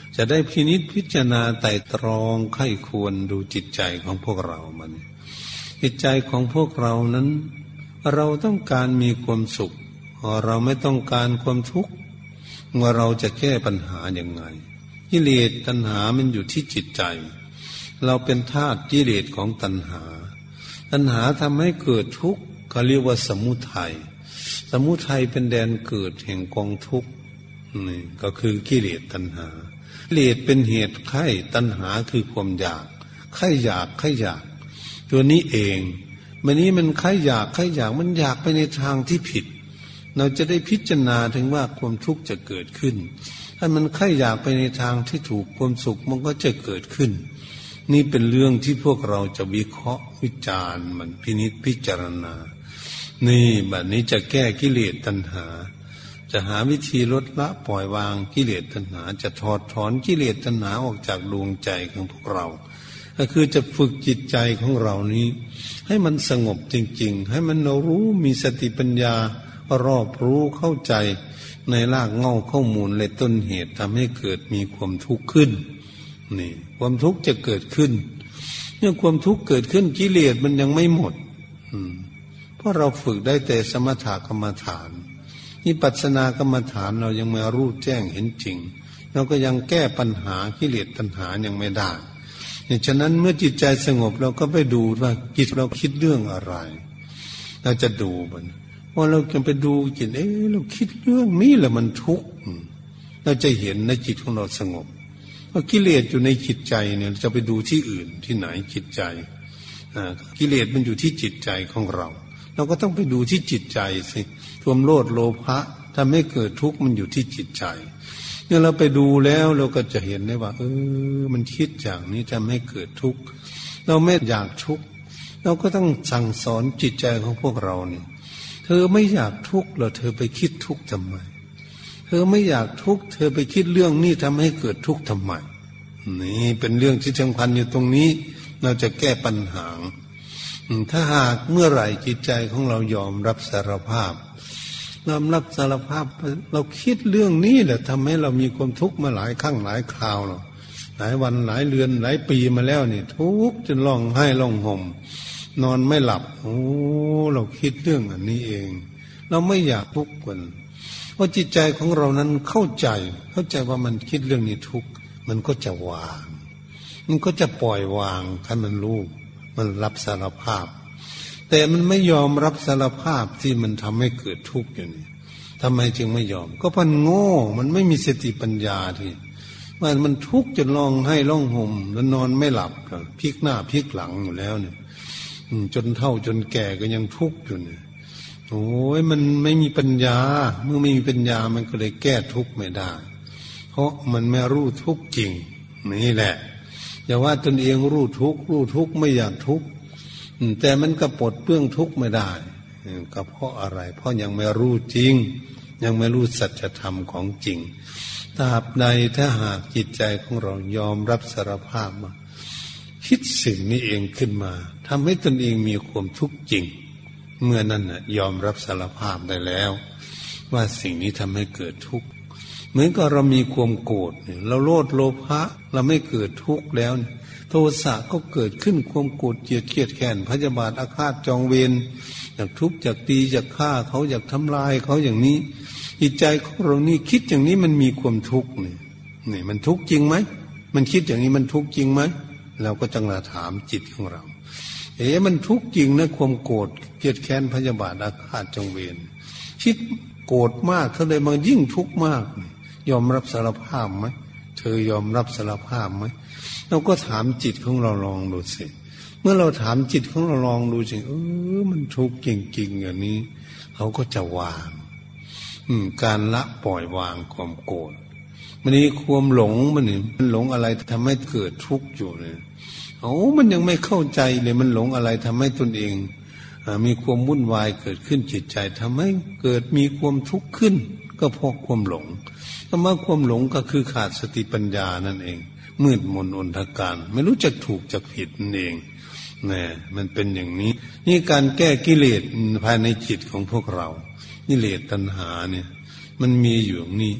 จะได้พินิจพิจารณาไต่ตรองไข้ควรดูจิตใจของพวกเรามันจิตใจของพวกเรานั้นเราต้องการมีความสุขเราไม่ต้องการความทุกข์ว่าเราจะแก้ปัญหาอย่างไงกิเลสตัณหามันอยู่ที่จิตใจเราเป็นทาสกิเลสของตัณหาตัณหาทำให้เกิดทุกข์ก็เรียกว่าสมุทัยสมุทัยเป็นแดนเกิดแห่งกองทุกข์นี่ก็คือกิเลสตัณหากิเลสเป็นเหตุไข้ตัณหาคือความอยากไข้อยากไข้อยากตัวนี้เองวันนี้มันไข้อยากไข้อยากมันอยากไปในทางที่ผิดเราจะได้พิจารณาถึงว่าความทุกข์จะเกิดขึ้นถ้ามันไข้อยากไปในทางที่ถูกความสุขมันก็จะเกิดขึ้นนี่เป็นเรื่องที่พวกเราจะวิเคราะห์วิจารณ์มันพินิจพิจารณานี่บัดนี้จะแก้กิเลสตัณหาจะหาวิธีลดละปล่อยวางกิเลสตัณหาจะถอดถอนกิเลสตัณหาออกจากดวงใจของพวกเราก็คือจะฝึกจิตใจของเรานี้ให้มันสงบจริงๆให้มันรู้มีสติปัญญารอบรู้เข้าใจในรากเหง้าข้อมูลและต้นเหตุทำให้เกิดมีความทุกข์ขึ้นนี่ความทุกข์จะเกิดขึ้นเมื่อความทุกข์เกิดขึ้นกิเลสมันยังไม่หมดเพราะเราฝึกได้แต่สมถกรรมฐานวิปัสสนากรรมฐานเรายังไม่รู้แจ้งเห็นจริงเราก็ยังแก้ปัญหากิเลสตัณหายังไม่ได้ฉะนั้นเมื่อจิตใจสงบเราก็ไปดูว่าจิตเราคิดเรื่องอะไรเราจะดูมันพอเราจะไปดูจิตเอ๊ะเราคิดเรื่องนี้แหละมันทุกข์เราจะเห็นในจิตของเราสงบเพราะกิเลสอยู่ในจิตใจเนี่ยจะไปดูที่อื่นที่ไหนจิตใจกิเลสมันอยู่ที่จิตใจของเราเราก็ต้องไปดูที่จิตใจสิความโลภโลภะทำให้เกิดทุกข์มันอยู่ที่จิตใจเมื่อเราไปดูแล้วเราก็จะเห็นได้ว่าเออมันคิดอย่างนี้ทำให้เกิดทุกข์เราไม่อยากทุกข์เราก็ต้องสั่งสอนจิตใจของพวกเราเนี่ยเธอไม่อยากทุกข์แล้วเธอไปคิดทุกข์ทำไมเธอไม่อยากทุกข์เธอไปคิดเรื่องนี้ทำให้เกิดทุกข์ทำไมนี่เป็นเรื่องที่สำคัญอยู่ตรงนี้เราจะแก้ปัญหาถ้าหากเมื่อไหร่จิตใจของเรายอมรับสารภาพยอมรับสารภาพเราคิดเรื่องนี้แหละทำให้เรามีความทุกข์มาหลายครั้งหลายคราวหรอกหลายวันหลายเดือนหลายปีมาแล้วนี่ทุกข์จนร้องไห้ร้องห่มนอนไม่หลับโอ้เราคิดเรื่องอันนี้เองเราไม่อยากทุกข์กันเพราะจิตใจของเรานั้นเข้าใจเข้าใจว่ามันคิดเรื่องนี้ทุกข์มันก็จะวางมันก็จะปล่อยวางให้มันรู้มันรับสารภาพแต่มันไม่ยอมรับสารภาพที่มันทำให้เกิดทุกข์อยู่นี่ทำไมจึงไม่ยอมก็มันโง่มันไม่มีสติปัญญาที่มันมันทุกข์จนร้องไห้ร้องห่มแล้วนอนไม่หลับพลิกหน้าพลิกหลังอยู่แล้วเนี่ยจนเฒ่าจนแก่ก็ยังทุกข์อยู่เนี่ยโอ้ยมันไม่มีปัญญาเมื่อไม่มีปัญญามันก็เลยแก้ทุกข์ไม่ได้เพราะมันไม่รู้ทุกข์จริงนี่แหละอย่าว่าตนเองรู้ทุกข์รู้ทุกข์ไม่อยากทุกข์แต่มันก็ปลดเปลื้องทุกข์ไม่ได้ก็เพราะอะไรเพราะยังไม่รู้จริงยังไม่รู้สัจธรรมของจริงตราบใดถ้าหากจิตใจของเรายอมรับสารภาพมาคิดสิ่งนี้เองขึ้นมาทำให้ตนเองมีความทุกข์จริงเมื่อนั้นน่ะยอมรับสารภาพได้แล้วว่าสิ่งนี้ทำให้เกิดทุกข์เหมือนกับเรามีความโกรธเราโลภโลภะเราไม่เกิดทุกข์แล้วโทสะก็เกิดขึ้นความโกรธเกลียดเกลียดแค้นพยาบาทอาฆาตจองเวรอยากทุบอยากตีอยากฆ่าเขาอยากทำลายเขาอย่างนี้จิตใจของเรานี่คิดอย่างนี้มันมีความทุกข์นี่นี่มันทุกข์จริงไหมมันคิดอย่างนี้มันทุกข์จริงไหมเราก็จังหวะถามจิตของเราเอ๊ะมันทุกข์จริงนะความโกรธเกลียดแค้นพยาบาทอาฆาตจองเวรคิดโกรธมากเท่าใดมันยิ่งทุกข์มากยอมรับสารภาพไหมเธอยอมรับสารภาพไหมเราก็ถามจิตของเราลองดูสิเมื่อเราถามจิตของเราลองดูสิเออมันทุกข์จริงๆอย่างนี้เขาก็จะวางการละปล่อยวางความโกรธมันนี่ความหลงมันนี่มันหลงอะไรทำให้เกิดทุกข์อยู่เนี่ยโอ้มันยังไม่เข้าใจเลยมันหลงอะไรทำให้ตนเองมีความวุ่นวายเกิดขึ้นจิตใจทำให้เกิดมีความทุกข์ขึ้นก็เพราะความหลงคำว่าความหลงก็คือขาดสติปัญญานั่นเองมืดมนอนทการไม่รู้จักถูกจักผิดนั่นเองนี่มันเป็นอย่างนี้นี่การแก้กิเลสภายในจิตของพวกเรากิเลสตัณหาเนี่ยมันมีอยู่อย่างนี้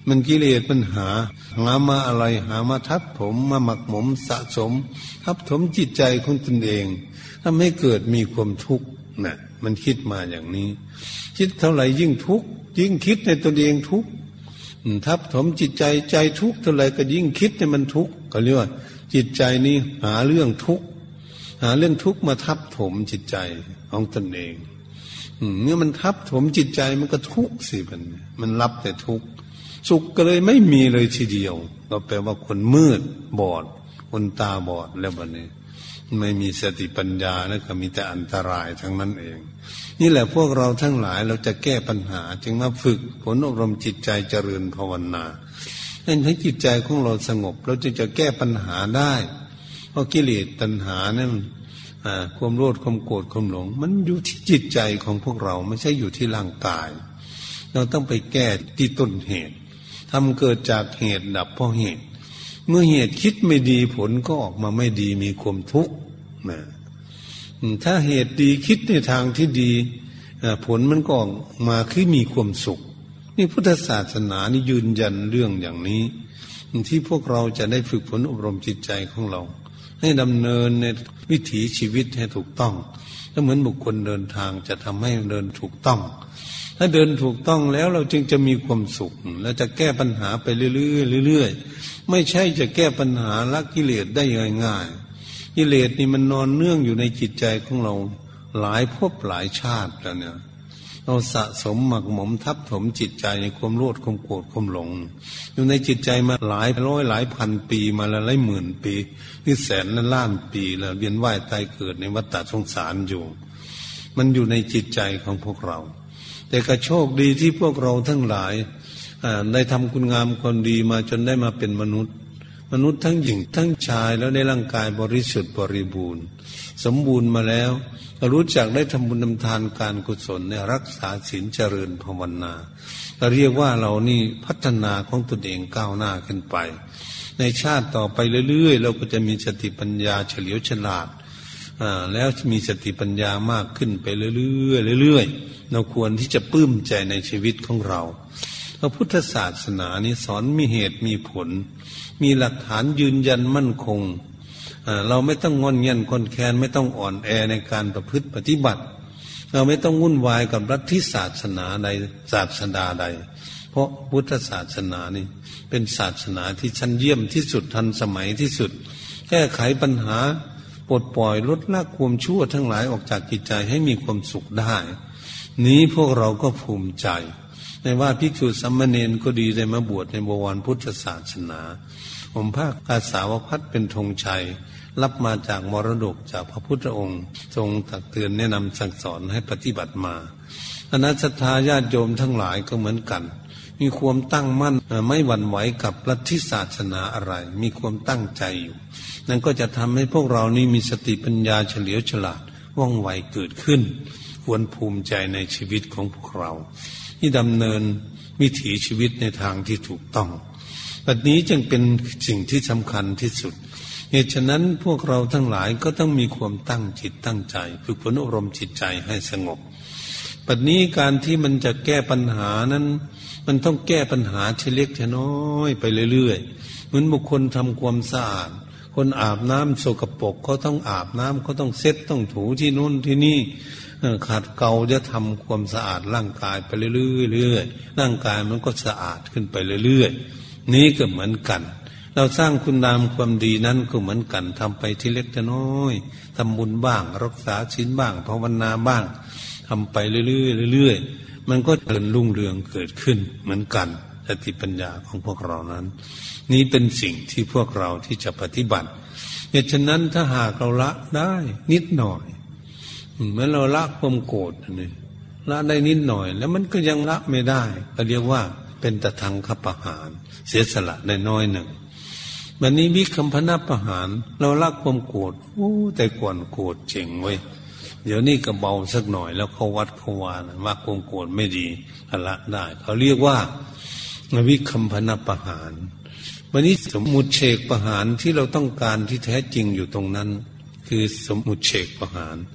มันกิเลสมันหาหามาอะไรหามาทับถมมาหมักหมมสะสมทับถมจิตใจของตนเองทำให้เกิดมีความทุกข์น่ะมันคิดมาอย่างนี้คิดเท่าไหร่ยิ่งทุกข์ยิ่งคิดในตนเองทุกข์ทับถมจิตใจใจทุกข์เท่าไหร่ก็ยิ่งคิดในมันทุกข์ก็เรียกว่าจิตใจนี้หาเรื่องทุกข์หาเรื่องทุกข์มาทับถมจิตใจของตนเองเมื่อมันทับถมจิตใจมันก็ทุกข์สิมันมันรับแต่ทุกข์สุขก็เลยไม่มีเลยทีเดียวก็แปลว่าคนมืดบอดคนตาบอดแล้วบัดนี้ไม่มีสติปัญญาแล้วก็มีแต่อันตรายทั้งนั้นเองนี่แหละพวกเราทั้งหลายเราจะแก้ปัญหาจึงมาฝึกฝนอบรมจิตใจเจริญภาวนาให้จิตใจของเราสงบเราจึงจะแก้ปัญหาได้เพราะกิเลสตัณหานั้นความโลภความโกรธความหลงมันอยู่ที่จิตใจของพวกเราไม่ใช่อยู่ที่ร่างกายเราต้องไปแก้ที่ต้นเหตุทำเกิดจากเหตุดับเพราะเหตุเมื่อเหตุคิดไม่ดีผลก็ออกมาไม่ดีมีความทุกข์นะถ้าเหตุดีคิดในทางที่ดีผลมันก็ออกมาคือมีความสุขนี่พุทธศาสนานี่ยืนยันเรื่องอย่างนี้ที่พวกเราจะได้ฝึกฝนอบรมจิตใจของเราให้ดำเนินในวิถีชีวิตให้ถูกต้องถ้าเหมือนบุคคลเดินทางจะทำให้เดินถูกต้องถ้าเดินถูกต้องแล้วเราจึงจะมีความสุขและจะแก้ปัญหาไปเรื่อยๆเรื่อยๆไม่ใช่จะแก้ปัญหาละกิเลสได้ง่ายๆกิเลสนี่มันนอนเนื่องอยู่ในจิตใจของเราหลายภพหลายชาติแล้วเนี่ยเราสะสมหมักหมมทับถมจิตใจในความโลภความโกรธความหลงอยู่ในจิตใจมาหลายร้อยหลายพันปีมาแล้วหลายหมื่นปีนี่แสนล้านปีแล้วเวียนว่ายตายเกิดในวัฏฏะสงสารอยู่มันอยู่ในจิตใจของพวกเราแต่ก็โชคดีที่พวกเราทั้งหลายได้ทำคุณงามความดีมาจนได้มาเป็นมนุษย์มนุษย์ทั้งหญิงทั้งชายแล้วในร่างกายบริสุทธิ์บริบูรณ์สมบูรณ์มาแล้วรู้จักได้ทำบุญทำทานการกุศลเนี่ยรักษาศีลเจริญภาวนาเราเรียกว่าเรานี่พัฒนาของตนเองก้าวหน้าขึ้นไปในชาติต่อไปเรื่อยๆเราก็จะมีสติปัญญาเฉลียวฉลาดแล้วมีสติปัญญามากขึ้นไปเรื่อยๆเรื่อยๆเราควรที่จะปลื้มใจในชีวิตของเราพระพุทธศาสนานี้สอนมีเหตุมีผลมีหลักฐานยืนยันมั่นคงเราไม่ต้องงอนเงียนคนแค้นไม่ต้องอ่อนแอในการประพฤติปฏิบัติเราไม่ต้องวุ่นวายกับลัทธิศาสนาใดศาสดาใดเพราะพุทธศาสนานี่เป็นศาสนาที่ชั้นเยี่ยมที่สุดทันสมัยที่สุดแก้ไขปัญหาปลดปล่อยลดละความชั่วทั้งหลายออกจากจิตใจให้มีความสุขได้นี้พวกเราก็ภูมิใจในว่าภิกษุสามเณรก็ดีได้มาบวชในบวรพุทธศาสนาผมภาคอาสาวพัดเป็นธงชัยรับมาจากมรดกจากพระพุทธองค์ทรงตักเตือนแนะนำสั่งสอนให้ปฏิบัติมาคณะศรัทธาญาติโยมทั้งหลายก็เหมือนกันมีความตั้งมั่นไม่หวั่นไหวกับลัทธิศาสนาอะไรมีความตั้งใจอยู่นั่นก็จะทำให้พวกเรานี้มีสติปัญญาเฉลียวฉลาดว่องไวเกิดขึ้นควรภูมิใจในชีวิตของพวกเราที่ดำเนินวิถีชีวิตในทางที่ถูกต้องแบบนี้จึงเป็นสิ่งที่สำคัญที่สุดเหตุฉะนั้นพวกเราทั้งหลายก็ต้องมีความตั้งจิตตั้งใจฝึกฝนอบรมจิตใจให้สงบแบบนี้การที่มันจะแก้ปัญหานั้นมันต้องแก้ปัญหาทีเล็กทีน้อยไปเรื่อยๆเหมือนบุคคลทำความสะอาดคนอาบน้ำสกปรกเขาต้องอาบน้ำเขาต้องเช็ดต้องถูที่นู่นที่นี่ขาดเกลาจะทำความสะอาดร่างกายไปเรื่อยๆร่างกายมันก็สะอาดขึ้นไปเรื่อยๆนี้ก็เหมือนกันเราสร้างคุณงามความดีนั้นก็เหมือนกันทำไปทีเล็กทีน้อยทำบุญบ้างรักษาศีลบ้างภาวนาบ้างทำไปเรื่อยๆเรื่อยๆมันก็เจริญรุ่งเรืองเกิดขึ้นเหมือนกันสติปัญญาของพวกเรานั้นนี้เป็นสิ่งที่พวกเราที่จะปฏิบัติเหตุฉะนั้นถ้าหากเราละได้นิดหน่อยเหมือนเราละความโกรธนี่ละได้นิดหน่อยแล้วมันก็ยังละไม่ได้ก็เรียกว่าเป็นตทังคประหารเสียสละได้น้อยหนึ่งวันนี้วิคัมพนประหารเราละความโกรธโอ้แต่ก่อนโกรธเจ๋งเว้ยเดี๋ยวนี้ก็เบาสักหน่อยแล้วเขาวัดเขาวานะว่าความโกรธไม่ดีละได้เขาเรียกว่าวิคัมพนประหารวันนี้สมมุติเฉกประหารที่เราต้องการที่แท้จริงอยู่ตรงนั้นคือสมมุติเฉกประหาร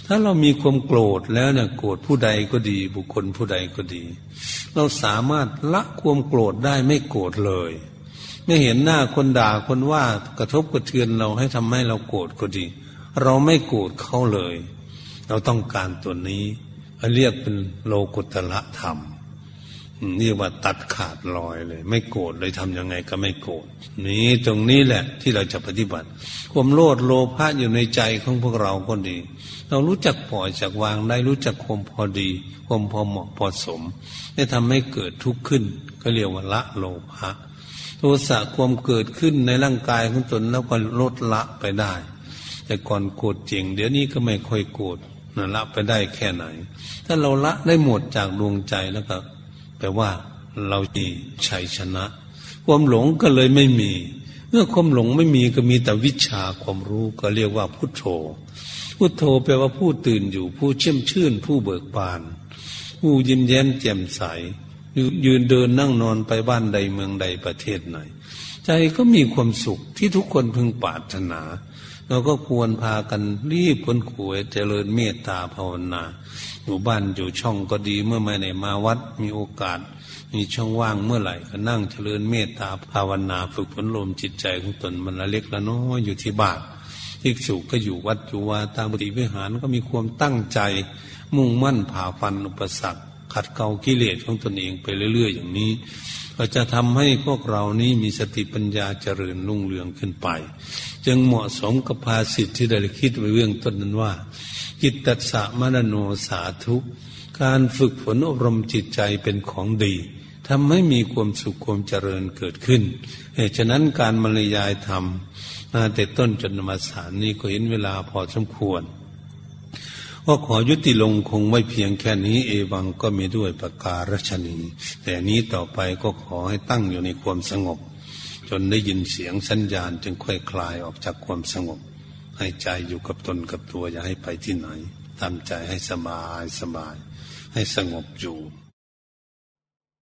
ถ้าเรามีความโกรธแล้วเนี่ยโกรธผู้ใดก็ดีบุคคลผู้ใดก็ดีเราสามารถละความโกรธได้ไม่โกรธเลยไม่เห็นหน้าคนด่าคนว่ากระทบกระเทือนเราให้ทำให้เราโกรธก็ดีเราไม่โกรธเขาเลยเราต้องการตัวนี้เรียกเป็นโลกุตละธรรมนี่ว่าตัดขาดลอยเลยไม่โกรธเลยทำยังไงก็ไม่โกรธนี้ตรงนี้แหละที่เราจะปฏิบัติความโลภโลภะอยู่ในใจของพวกเราก็ดีเรารู้จักปล่อยจักวางได้รู้จักความพอดีความพอเหมาะพอสมได้ทำให้เกิดทุกข์ขึ้นก็เรียกว่าละโลภะโทสะความเกิดขึ้นในร่างกายของตนแล้วก็ลดละไปได้แต่ก่อนโกรธจริงเดี๋ยวนี้ก็ไม่ค่อยโกรธนะละไปได้แค่ไหนถ้าเราละได้หมดจากดวงใจแล้วก็แปลว่าเรามีชัยชนะความหลงก็เลยไม่มีเมื่อความหลงไม่มีก็มีแต่วิชาความรู้ก็เรียกว่าพุทโธพุทโธแปลว่าผู้ตื่นอยู่ผู้เชื่อมชื่นผู้เบิกบานผู้ยิ้มแย้มแจ่มใสยืนเดินนั่งนอนไปบ้านใดเมืองใดประเทศไหนใจก็มีความสุขที่ทุกคนพึงปรารถนาเราก็ควรพากันรีบค้นขวยเจริญเมตตาภาวนาอยู่บ้านอยู่ช่องก็ดีเมื่อไม่ได้มาวัดมีโอกาสมีช่องว่างเมื่อไหร่ก็นั่งเจริญเมตตาภาวนาฝึกฝนลมจิตใจของตนมันละเล็กละน้อยอยู่ที่บ้านภิกษุก็อยู่วัดอยู่วาตามปฏิวิหารก็มีความตั้งใจมุ่งมั่นผ่าฟันอุปสรรคขัดเกลากิเลสของตนเองไปเรื่อยๆอย่างนี้ก็จะทำให้พวกเรานี้มีสติปัญญาเจริญรุ่งเรืองขึ้นไปจึงเหมาะสมกับภาษิตที่ได้คิดไว้เบื้องต้นนั้นว่าจิตตัสสะมนโนสาธุการฝึกฝนอบรมจิตใจเป็นของดีทำให้มีความสุขความเจริญเกิดขึ้นเหตุฉะนั้นการบรรยายธรรมมาแต่ต้นจนมาสารนี้ก็เห็นเวลาพอสมควรก็ขอยุติลงคงไม่เพียงแค่นี้เอวังก็มีด้วยประการฉนี้แต่นี้ต่อไปก็ขอให้ตั้งอยู่ในความสงบจนได้ยินเสียงสัญญาณจึงค่อยคลายออกจากความสงบให้ใจอยู่กับตนกับตัวอย่าให้ไปที่ไหนทำใจให้สบายสบายให้สงบอยู่